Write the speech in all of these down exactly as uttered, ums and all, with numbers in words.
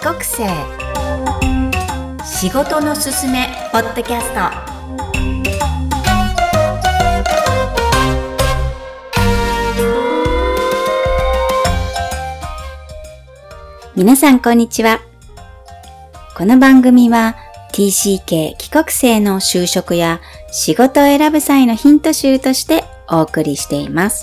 国生仕事のすすめポッドキャスト。皆さんこんにちは。この番組は ティーシーケー 帰国生の就職や仕事を選ぶ際のヒント集としてお送りしています。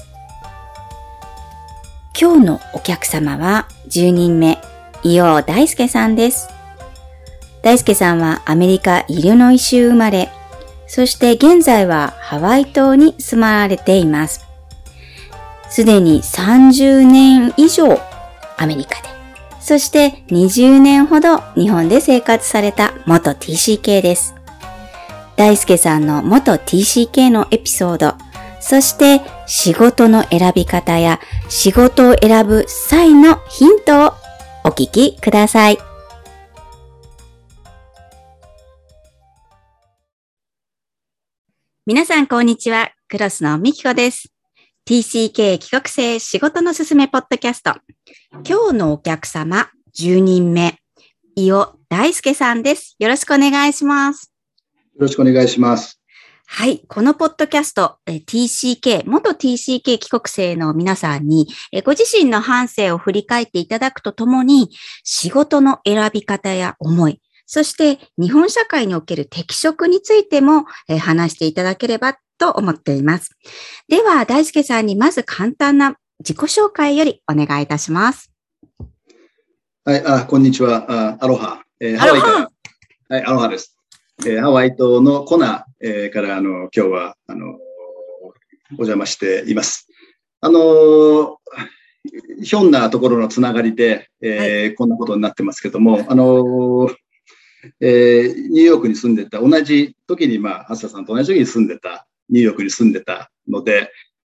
今日のお客様はじゅうにんめ、伊尾大輔さんです。大輔さんはアメリカ・イリノイ州生まれ、そして現在はハワイ島に住まわれています。すでにさんじゅうねん以上アメリカで、そしてにじゅうねんほど日本で生活された元 ティーシーケー です。大輔さんの元 ティーシーケー のエピソード、そして仕事の選び方や仕事を選ぶ際のヒントをお聞きください。皆さんこんにちは。クロスのみきこです。ティーシーケー 帰国生仕事のすすめポッドキャスト。今日のお客様じゅうにんめ、伊尾大輔さんです。よろしくお願いします。 よろしくお願いします。 はい。このポッドキャスト、ティーシーケー、元 ティーシーケー 帰国生の皆さんに、ご自身の半生を振り返っていただくとともに、仕事の選び方や思い、そして日本社会における適職についても話していただければと思っています。では、大輔さんにまず簡単な自己紹介よりお願いいたします。 はい、あ、こんにちは。あアロハ。えー、ハワイから。はい、アロハです。えー、ハワイ島のコナ、えー、からあの今日はあのお邪魔しています。あのひょんなところのつながりで、えーはい、こんなことになってますけども、あの、えー、ニューヨークに住んでた同じ時にまあハッサさんと同じ時に住んでたニューヨークに住んでたので、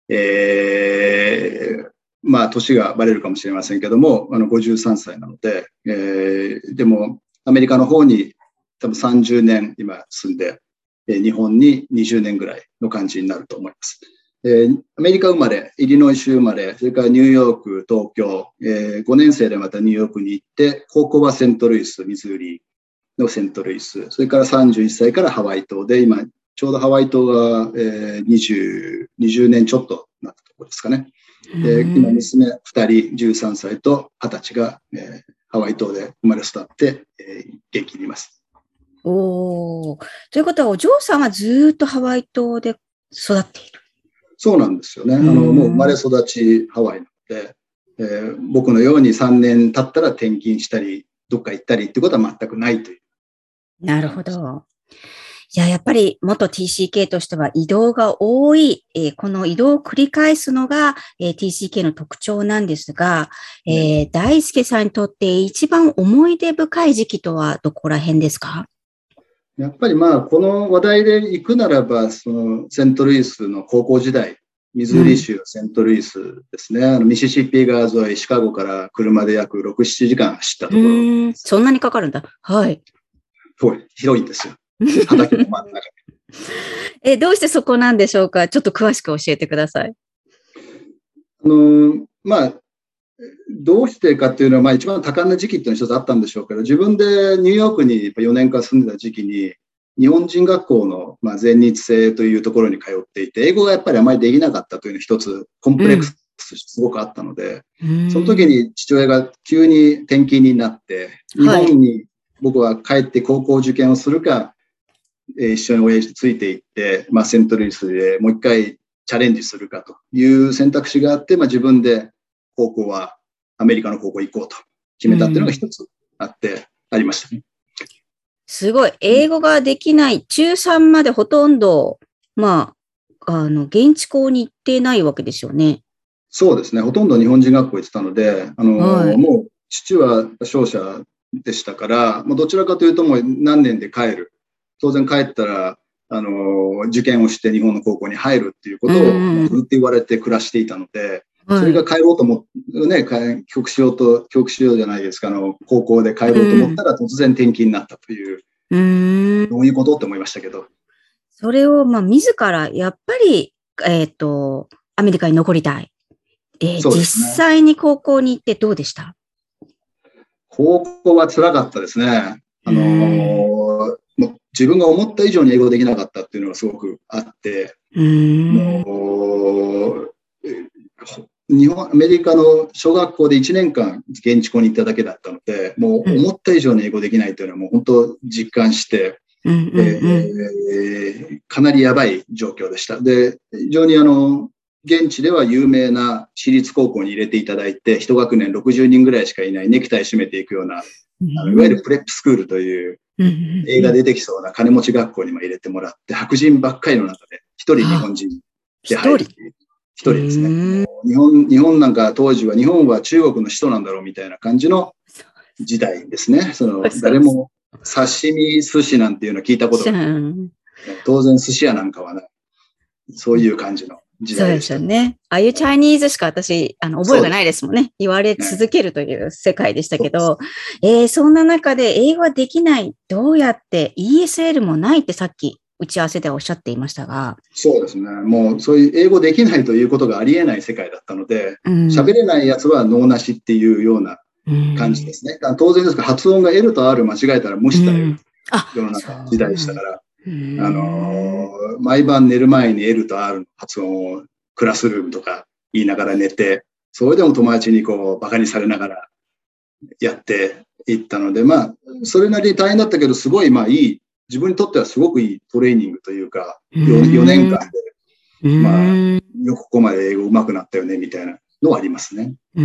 えー、まあ年がバレるかもしれませんけども、あのごじゅうさんさいなので、えー、でもアメリカの方に多分さんじゅうねん今住んで、えー、日本ににじゅうねんぐらいの感じになると思います。えー、アメリカ生まれ、イリノイ州生まれ、それからニューヨーク、東京、えー、ごねん生でまたニューヨークに行って、高校はセントルイス、ミズーリのセントルイス、それからさんじゅういっさいからハワイ島で、今ちょうどハワイ島が、えー、20、にじゅうねんちょっとなったところですかね。えー、今娘ふたり、じゅうさんさいとはたちが、えー、ハワイ島で生まれ育って、えー、元気にいます。 おー。ということはお嬢さんはずっとハワイ島で育っている。 そうなんですよね。あの、もう生まれ育ちハワイなので、えー、僕のようにさんねん経ったら転勤したり、どっか行ったりってことは全くないという。 なるほど。いや、やっぱり元 ティーシーケー としては移動が多い、えー、この移動を繰り返すのが、えー、ティーシーケー の特徴なんですが、えー、大輔さんにとって一番思い出深い時期とはどこら辺ですか？ やっぱりまあ、この話題で行くならば、そのセントルイスの高校時代、ミズーリ州セントルイスですね。うん、あのミシシッピ川沿い、シカゴから車で約ろく、ななじかん走ったところ。 うん、そんなにかかるんだ。はい。 広いんですよ。畑の真ん中で。 え、どうしてそこなんでしょうか？ちょっと詳しく教えてください。 あの、まあ、どうしてかっていうのは、まあ一番多感な時期っていうのは一つあったんでしょうけど、自分でニューヨークによねんかん住んでた時期に、日本人学校のまあ全日制というところに通っていて、英語がやっぱりあまりできなかったというのが一つコンプレックスすごくあったので、うん、その時に父親が急に転勤になって、日本に僕は帰って高校受験をするか、えー、一緒に親父ついていって、まあセントルイスでもう一回チャレンジするかという選択肢があって、まあ自分で高校はアメリカの高校行こうと決めたっていうのが一つあって、うん、ありましたね。 すごい。英語ができない、ちゅうさんまでほとんど、まあ、あの、現地校に行ってないわけですよね。 そうですね。ほとんど日本人学校行ってたので、あの、はい、もう父は商社でしたから、もうどちらかというともう何年で帰る。当然帰ったら、あの、受験をして日本の高校に入るっていうことをずっと言われて暮らしていたので、それが帰ろうと思って、ね、帰国しようと、帰国しようじゃないですか、あの、高校で帰ろうと思ったら突然転勤になったという、うん、どういうことって思いましたけど。 それを、まあ、自ら、やっぱり、えっと、アメリカに残りたい。えーね、実際に高校に行ってどうでした？ 高校は辛かったですね。あのー、もう自分が思った以上に英語できなかったっていうのがすごくあって、もう日本、アメリカの小学校でいちねんかん現地校に行っただけだったので、もう思った以上に英語できないというのはもう本当実感して、うんうんうんえー、かなりやばい状況でした。で、非常にあの、現地では有名な私立高校に入れていただいて、一学年ろくじゅうにんぐらいしかいないネクタイ締めていくような、あのいわゆるプレップスクールという映画出てきそうな金持ち学校にも入れてもらって、白人ばっかりの中で一人日本人で入るっていう。一人ですね。日本、日本なんか当時は日本は中国の首都なんだろうみたいな感じの時代ですね。その誰も刺身寿司なんていうの聞いたことがない。当然寿司屋なんかはない。そういう感じの時代でした。 そうですよね。ああいうチャイニーズしか私、あの、覚えがないですもんね。言われ続けるという世界でしたけど、えー、そんな中で英語はできない。どうやって イーエスエル もないってさっき打ち合わせでおっしゃっていましたが。 そうですね。もうそういう英語できないということがありえない世界だったので、喋、うん、れないやつは脳なしっていうような感じですね。うん、当然ですが発音が L と R 間違えたら無視だよ、うん、世の中時代でしたから、あのー、毎晩寝る前に L と R の発音をクラスルームとか言いながら寝て、それでも友達にこうバカにされながらやっていったので、まあ、それなりに大変だったけど、すごいまあいい、自分にとってはすごくいいトレーニングというか、よ, よねんかんで、まあ、よくここまで英語上手くなったよね、みたいなのはありますね。 うん、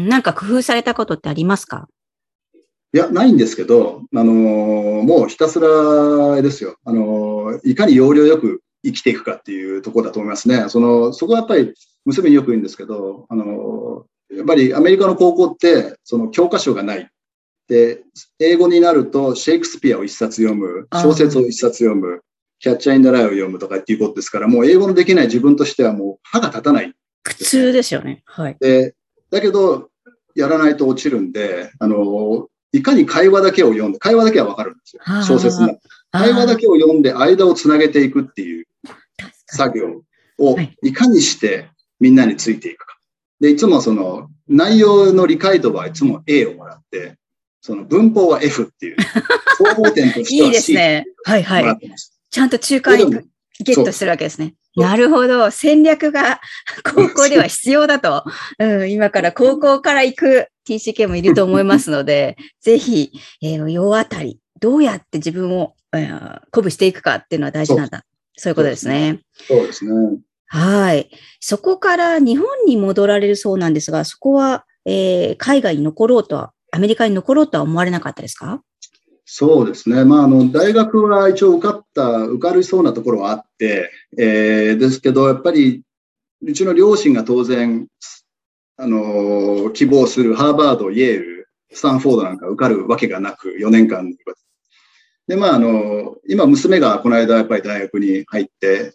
なんか工夫されたことってありますか？ いや、ないんですけど、あのー、もうひたすらですよ。あのー、いかに要領よく生きていくかっていうところだと思いますね。その、そこはやっぱり娘によく言うんですけど、あのー、やっぱりアメリカの高校って、その教科書がない。で、英語になるとシェイクスピアを一冊読む、小説を一冊読む、キャッチャーインダライを読むとかっていうことですから、もう英語のできない自分としてはもう歯が立たない、ね。 苦痛ですよね。はい。 で、だけど、やらないと落ちるんで、あの、いかに会話だけを読んで、会話だけはわかるんですよ。小説の。会話だけを読んで間をつなげていくっていう作業をいかにしてみんなについていくか。で、いつもその内容の理解度はいつも A をもらって、その文法は F っていう、総合点としては C いいですね。はいはい。ちゃんと中間にゲットするわけですね。なるほど。戦略が高校では必要だと。うん、今から高校から行く ティーシーケー もいると思いますので、ぜひ、えー、世当たり、どうやって自分を、えー、鼓舞していくかっていうのは大事なんだ。そういうことですね。 そうですね。 はい。そこから日本に戻られるそうなんですが、そこは、えー、海外に残ろうとは、アメリカに残ろうとは思われなかったですか？ そうですね。まあ、あの、大学は一応受かった、受かりそうなところはあって、えー、ですけど、やっぱり、うちの両親が当然、あの、希望するハーバード、イェール、スタンフォードなんか受かるわけがなく、よねんかん。で、まあ、あの、今、娘がこの間、やっぱり大学に入って、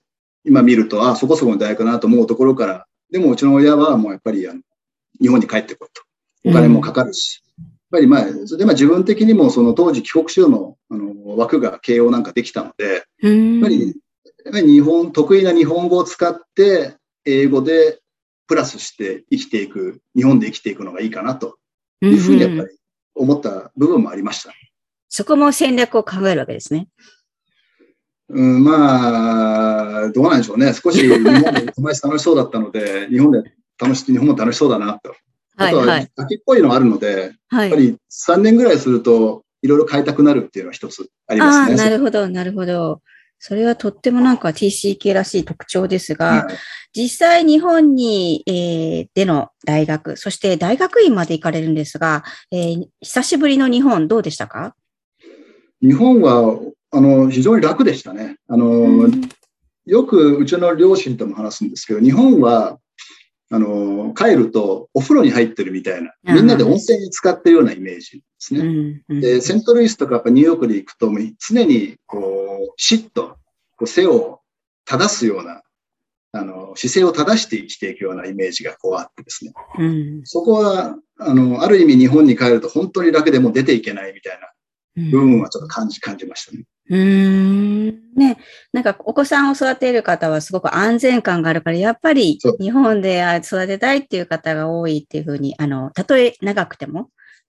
今見ると、あ、そこそこの大学だなと思うところから、でも、うちの親はもうやっぱり、あの、日本に帰ってこいと。お金もかかるし。うんやっぱりまあ、それでまあ自分的にもその当時帰国子女のあの枠が慶応なんかできたので、やっぱり、やっぱり日本、得意な日本語を使って英語でプラスして生きていく、日本で生きていくのがいいかなというふうにやっぱり思った部分もありました。 そこも戦略を考えるわけですね。 うん、まあ、どうなんでしょうね。少し日本で楽しそうだったので、日本で楽し、日本も楽しそうだなと。あとは秋っぽいのがあるので、はい、やっぱりさんねんぐらいするといろいろ変えたくなるっていうのは一つありますね。 ああ、なるほど、なるほど。それはとってもなんか ティーシーケー らしい特徴ですが、はい、実際日本に、えー、での大学、そして大学院まで行かれるんですが、えー、久しぶりの日本どうでしたか？ 日本はあの非常に楽でしたね。あの、うん、よくうちの両親とも話すんですけど、日本はあの、帰るとお風呂に入ってるみたいな、みんなで温泉に使ってるようなイメージですね。うんうん、で、セントルイスとかやっぱニューヨークで行くと、常にこう、しっとこう背を正すような、あの、姿勢を正して生きていくようなイメージがこうあってですね。うん、そこは、あの、ある意味日本に帰ると本当に楽でも出ていけないみたいな部分はちょっと感じ、感じましたね。 うーんね、なんかお子さんを育てる方はすごく安全感があるから、やっぱり日本で育てたいっていう方が多いっていうふうに、あの、たとえ長くても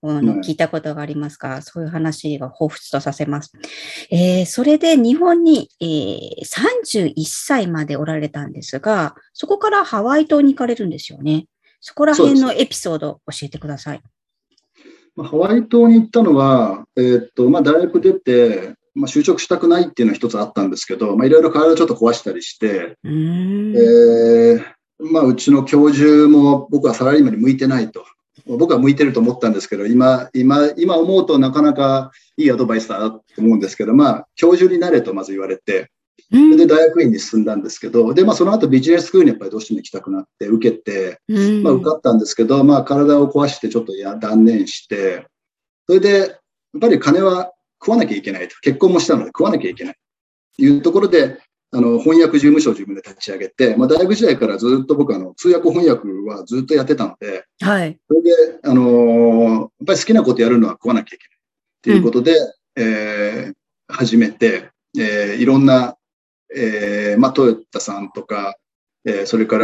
あの聞いたことがありますが、そういう話が彷彿とさせます。えー、それで日本に、えー、さんじゅういっさいまでおられたんですが、そこからハワイ島に行かれるんですよね。そこら辺のエピソードを教えてください。 ハワイ島に行ったのは、えーっとまあ、大学出て、まあ、就職したくないっていうのは一つあったんですけど、まあ、いろいろ体をちょっと壊したりして、うーん、えーまあ、うちの教授も僕はサラリーマンに向いてないと。僕は向いてると思ったんですけど、今、今、今思うとなかなかいいアドバイスだなと思うんですけど、まあ、教授になれとまず言われて、それで大学院に進んだんですけど、で、まあ、その後ビジネススクールにやっぱりどうしても行きたくなって受けて、まあ、受かったんですけど、まあ、体を壊してちょっとや断念して、それで、やっぱり金は食わなきゃいけないと。結婚もしたので食わなきゃいけないというところで、あの、翻訳事務所を自分で立ち上げて、まあ、大学時代からずっと僕あの、通訳翻訳はずっとやってたので、はい。それで、あのー、やっぱり好きなことやるのは食わなきゃいけないということで、うん、えー、始めて、えー、いろんな、えー、まあ、トヨタさんとか、えー、それから、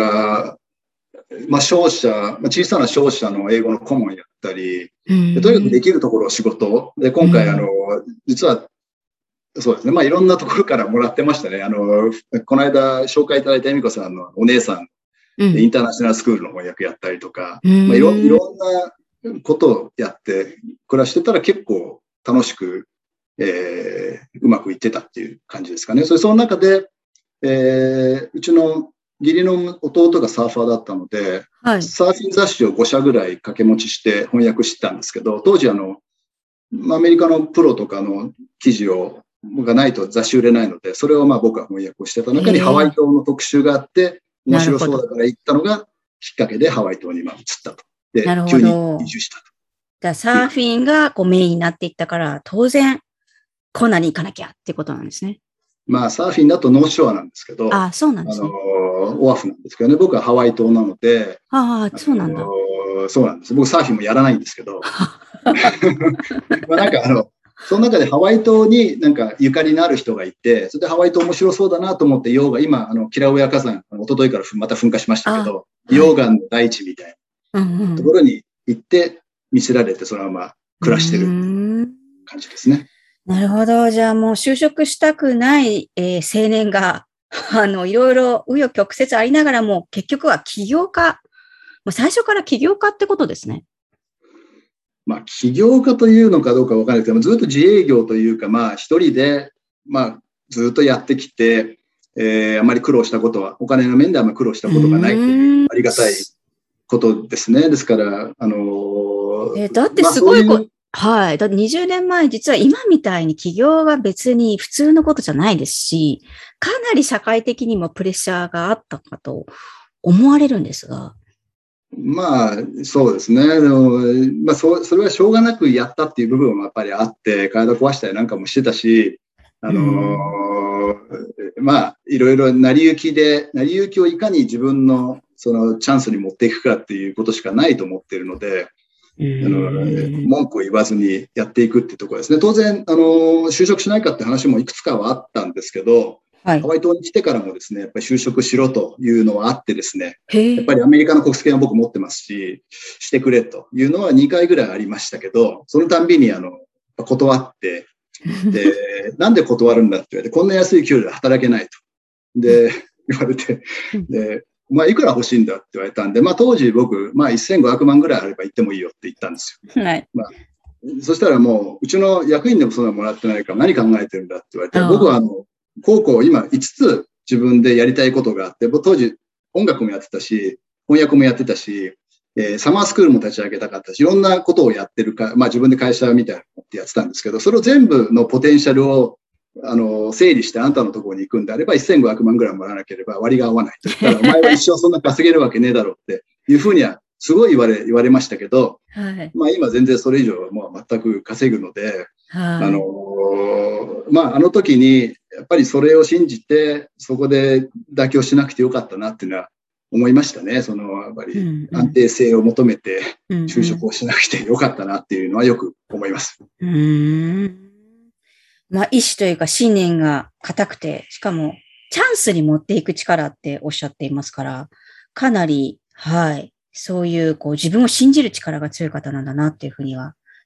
まあ、商社、まあ、小さな商社の英語の顧問やったり、でとにかくできるところを仕事で、今回、あの、実は、そうですね。まあ、いろんなところからもらってましたね。あの、この間紹介いただいた恵美子さんのお姉さん、うん、インターナショナルスクールの翻訳やったりとか、まあ、いろ、いろんなことをやって暮らしてたら結構楽しく、えー、うまくいってたっていう感じですかね。それ、その中で、えー、うちの義理の弟がサーファーだったので、はい、サーフィン雑誌をごしゃぐらい掛け持ちして翻訳してたんですけど、当時あの、アメリカのプロとかの記事をがないと雑誌売れないので、それをまあ僕は翻訳をしてた中にハワイ島の特集があって、面白そうだから行ったのがきっかけでハワイ島に今移ったと。で、急に移住したと。 だサーフィンがこうメインになっていったから、当然、コナに行かなきゃってことなんですね。 まあ、サーフィンだとノーショアなんですけど、 あ、そうなんですね。 あの、オアフなんですけどね、僕はハワイ島なので、 ああ、そうなんだ。 そうなんです。僕サーフィンもやらないんですけど、まあなんかあの、その中でハワイ島になんかゆかりのある人がいて、それでハワイ島面白そうだなと思って、溶岩、今、あの、キラウエア火山、一昨日からまた噴火しましたけど、溶岩の大地みたいなところに行って見せられて、そのまま暮らしてる感じですね。 なるほど。じゃあもう就職したくない、えー、青年が、あの、いろいろ紆余曲折ありながらも、結局は起業家。もう最初から起業家ってことですね。 まあ、起業家というのかどうかわからないけど、ずっと自営業というか、まあ、一人で、まあ、ずっとやってきて、えー、あまり苦労したことは、お金の面であまり苦労したことがないという、ありがたいことですね。ですから、あのー、 えー、だってすごいこ、まあ、うはい。だってにじゅうねんまえ、実は今みたいに起業が別に普通のことじゃないですし、かなり社会的にもプレッシャーがあったかと思われるんですが。 まあ、そうですね。でもまあそ、それはしょうがなくやったっていう部分もやっぱりあって、体壊したりなんかもしてたし、あのー、まあ、いろいろ成り行きで、成り行きをいかに自分のそのチャンスに持っていくかっていうことしかないと思っているので、あの文句を言わずにやっていくっていうところですね。当然、あの、就職しないかって話もいくつかはあったんですけど、はい、ハワイ島に来てからもですね、やっぱり就職しろというのはあってですね、やっぱりアメリカの国籍は僕持ってますし、してくれというのはにかいぐらいありましたけど、そのたんびにあの、断って、で、なんで断るんだって言われて、こんな安い給料で働けないと。で、言われて、で、まあ、いくら欲しいんだって言われたんで、まあ、当時僕、まあ、せんごひゃくまんぐらいあれば行ってもいいよって言ったんですよ。はい。まあ、そしたらもう、うちの役員でもそんなもらってないから何考えてるんだって言われて、僕はあの、高校今いつつ自分でやりたいことがあって、当時音楽もやってたし、翻訳もやってたし、えー、サマースクールも立ち上げたかったし、いろんなことをやってるか、まあ自分で会社みたいなのってやってたんですけど、それを全部のポテンシャルをあの、整理してあんたのところに行くんであればせんごひゃくまんぐらいもらわなければ割が合わないと言ったら、お前は一生そんな稼げるわけねえだろうっていうふうにはすごい言われ、言われましたけど、はい、まあ今全然それ以上はもう全く稼ぐので、はい、あの、まああの時にやっぱりそれを信じてそこで妥協しなくてよかったなっていうのは思いましたね。そのやっぱり安定性を求めて就職をしなくてよかったなっていうのはよく思います。 うんうんまあ、意志というか信念が固くて、しかもチャンスに持っていく力っておっしゃっていますから、かなり、はい、そういう、こう、自分を信じる力が強い方なんだなっていうふうには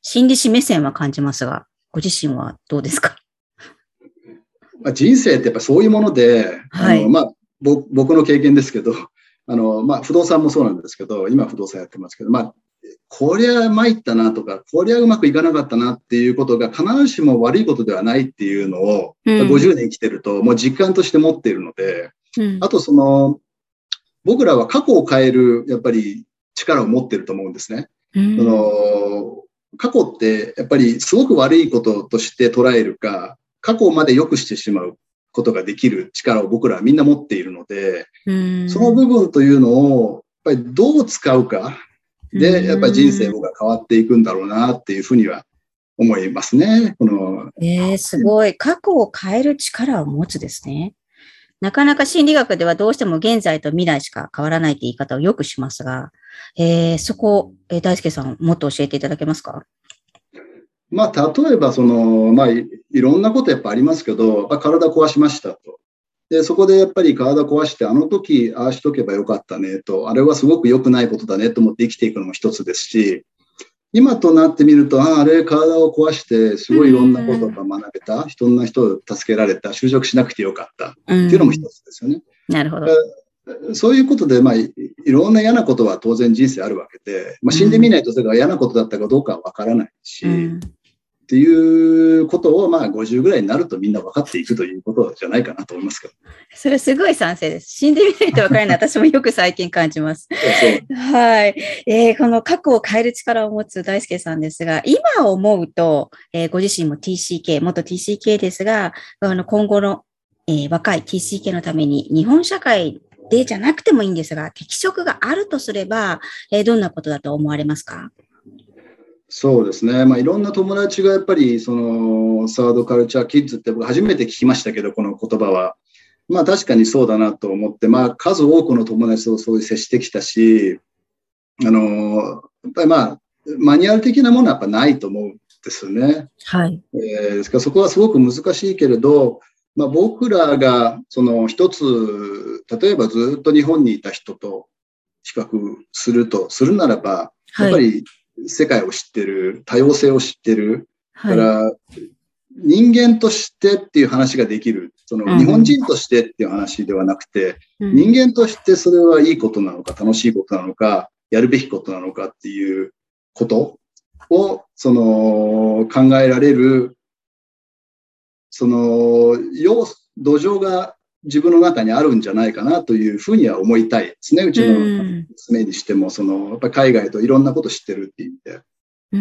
心理師目線は感じますが、ご自身はどうですか？ まあ、人生ってやっぱそういうもので、 はい、 あの、まあ、ぼ僕の経験ですけど、あの、まあ、不動産もそうなんですけど、今不動産やってますけど、まあ、こりゃ参ったなとか、こりゃうまくいかなかったなっていうことが必ずしも悪いことではないっていうのを、 うん、 ごじゅうねん生きてるともう実感として持っているので、 うん、 あとその、僕らは過去を変える、やっぱり力を持っていると思うんですね。 うん、 その、過去ってやっぱりすごく悪いこととして捉えるか、過去まで良くしてしまうことができる力を僕らはみんな持っているので、 うん、 その部分というのを、やっぱりどう使うかで、やっぱり人生うん。 僕は変わっていくんだろうなっていうふうには思いますね。この、 えー、すごい。過去を変える力を持つですね。なかなか心理学ではどうしても現在と未来しか変わらないって言い方をよくしますが、えー、そこ、えー、大輔さん、もっと教えていただけますか？ まあ、例えば、その、まあい、いろんなことやっぱありますけど、やっぱ体壊しましたと。で、そこでやっぱり体壊して、あの時、ああしとけばよかったねと、あれはすごく良くないことだねと思って生きていくのも一つですし、今となってみると、ああ、あれ体を壊して、すうごいいろんなことん、 が学べた、いろんな人を助けられた、就職しなくてよかったっうていうのも一ん、 つですよね。 なるほど。 そういうことで、まあ、いろんな嫌なことは当然人生あるわけで、まあ、死んでみうん、 ないとそれが嫌なことだったかどうかはわからないし、 うん。 っていうことを、まあ、ごじゅうぐらいになるとみんな分かっていくということじゃないかなと思いますけど。 それすごい賛成です。死んでみないとわからない。私もよく最近感じます。 そうはい。えー、この過去を変える力を持つ大輔さんですが、今思うと、えー、ご自身も ティーシーケー、元 ティーシーケー ですが、あの今後の、えー、若い ティーシーケー のために日本社会でじゃなくてもいいんですが、適職があるとすれば、えー、どんなことだと思われますか？ そうですね。まあ、いろんな友達がやっぱり、その、サードカルチャーキッズって僕初めて聞きましたけど、この言葉は。まあ確かにそうだなと思って、まあ数多くの友達とそういう接してきたし、あの、やっぱりまあ、マニュアル的なものはやっぱないと思うんですよね。 はい。 えー、ですからそこはすごく難しいけれど、まあ僕らが、その一つ、例えばずっと日本にいた人と比較すると、するならば、やっはい。 ぱり世界を知ってる、多様性を知ってる、 はい。 から、人間としてっていう話ができる。その日本うん。 人としてっていう話ではなくて、 うん。 人間としてそれはいいことなのか、楽しいことなのか、やるべきことなのかっていうことを、その、考えられる、その、要素、土壌が自分の中にあるんじゃないかなというふうには思いたいですね。ううちのん。 娘にしても、その、やっぱり海外といろんなこと知ってるっていう意味で。 うん。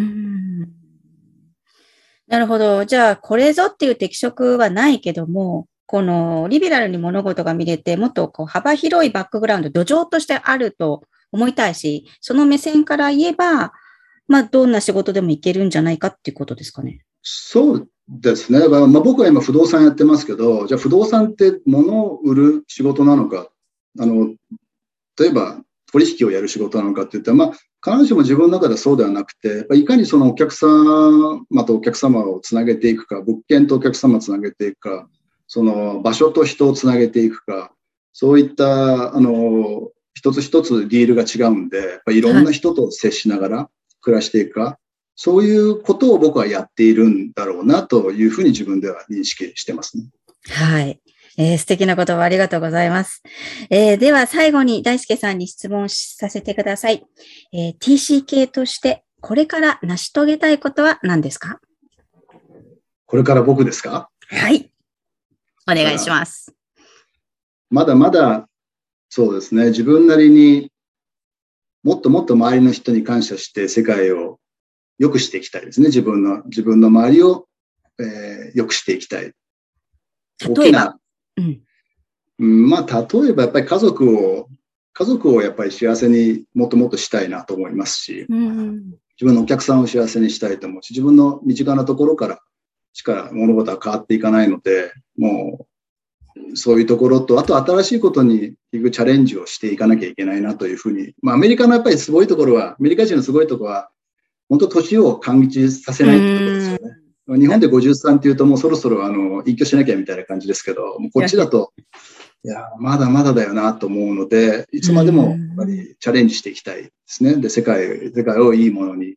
なるほど。じゃあ、これぞっていう適職はないけども、このリベラルに物事が見れて、もっとこう幅広いバックグラウンド、土壌としてあると思いたいし、その目線から言えば、まあ、どんな仕事でもいけるんじゃないかっていうことですかね。 そうですね。まあ、僕は今不動産やってますけど、じゃあ不動産って物を売る仕事なのか、あの、例えば取引をやる仕事なのかって言ったら、まあ、必ずしも自分の中ではそうではなくて、いかにそのお客様とお客様をつなげていくか、物件とお客様をつなげていくか、その場所と人をつなげていくか、そういった、あの、一つ一つディールが違うんで、やっぱりいろんはい。 な人と接しながら暮らしていくか、そういうことを僕はやっているんだろうなというふうに自分では認識してますね。 はい。えー、素敵な言葉ありがとうございます。えー、では最後に大輔さんに質問させてください。えー、ティーシーケー としてこれから成し遂げたいことは何ですか？ これから僕ですか？ はい。お願いします。 まだまだそうですね、自分なりにもっともっと周りの人に感謝して世界を良くしていきたいですね。自分の、自分の周りを、えー、良くしていきたい。大例えば、 きな、 うん。 うん、まあ、例えばやっぱり家族を、家族をやっぱり幸せにもっともっとしたいなと思いますし、 うん。 自分のお客さんを幸せにしたいと思うし、自分の身近なところからしか物事は変わっていかないので、もう、そういうところと、あと新しいことに行くチャレンジをしていかなきゃいけないなというふうに、まあ、アメリカのやっぱりすごいところは、アメリカ人のすごいところは、本当年を感じさせうないってところですん。 よね。日本でごじゅうさんっていうともうそろそろあの隠居しなきゃみたいな感じですけど、もうこっちだと、いや、まだまだだよなと思うので、いつまでもやっぱりチャレンジしていきたいですね。で、世界、世界をいいものに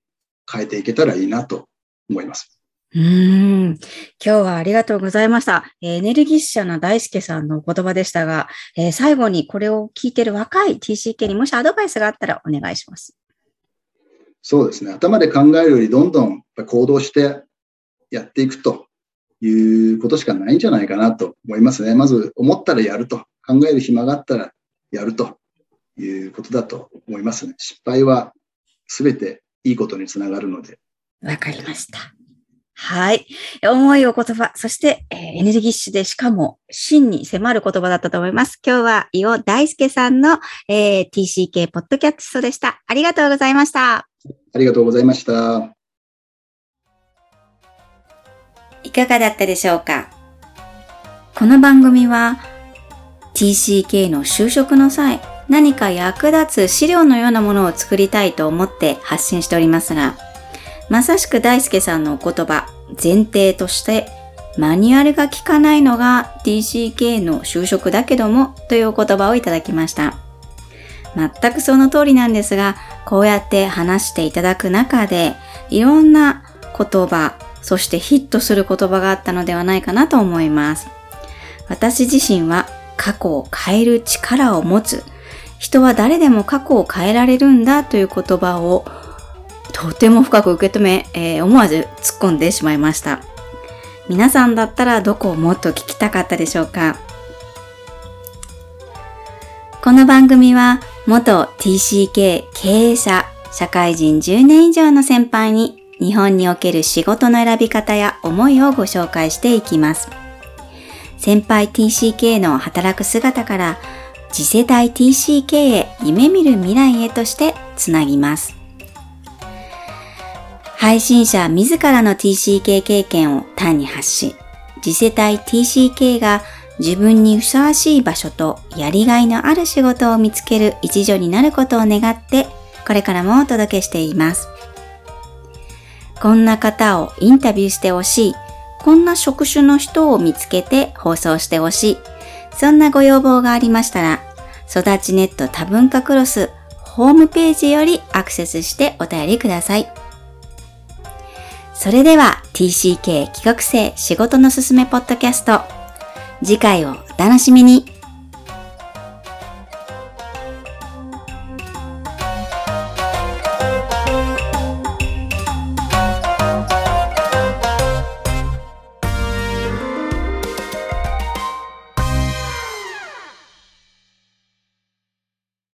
変えていけたらいいなと思います。 うーん。今日はありがとうございました。エネルギッシュな大輔さんのお言葉でしたが、えー、最後にこれを聞いている若い ティーシーケー にもしアドバイスがあったらお願いします。 そうですね。頭で考えるよりどんどん行動してやっていくということしかないんじゃないかなと思いますね。まず思ったらやると。考える暇があったらやるということだと思いますね。失敗はすべていいことにつながるので。 わかりました。はい。重いお言葉、そして、えー、エネルギッシュでしかも真に迫る言葉だったと思います。今日は伊尾大輔さんの、えー、ティーシーケー ポッドキャストでした。ありがとうございました。 ありがとうございました。 いかがだったでしょうか。この番組は ティーシーケー の就職の際、何か役立つ資料のようなものを作りたいと思って発信しておりますが、まさしく大輔さんのお言葉、前提としてマニュアルが効かないのが ティーシーケー の就職だけどもというお言葉をいただきました。全くその通りなんですが、こうやって話していただく中でいろんな言葉、そしてヒットする言葉があったのではないかなと思います。私自身は過去を変える力を持つ、人は誰でも過去を変えられるんだという言葉をとても深く受け止め、えー、思わず突っ込んでしまいました。皆さんだったらどこをもっと聞きたかったでしょうか。この番組は元 ティーシーケー 経営者、社会人じゅうねん以上の先輩に日本における仕事の選び方や思いをご紹介していきます。先輩 ティーシーケー の働く姿から次世代 ティーシーケー へ夢見る未来へとしてつなぎます。配信者自らの ティーシーケー 経験を単に発し、次世代 ティーシーケー が自分にふさわしい場所とやりがいのある仕事を見つける一助になることを願って、これからもお届けしています。こんな方をインタビューしてほしい、こんな職種の人を見つけて放送してほしい、そんなご要望がありましたら、育ちネット多文化クロスホームページよりアクセスしてお便りください。それでは ティーシーケー 企画生仕事のすすめポッドキャスト、次回をお楽しみに。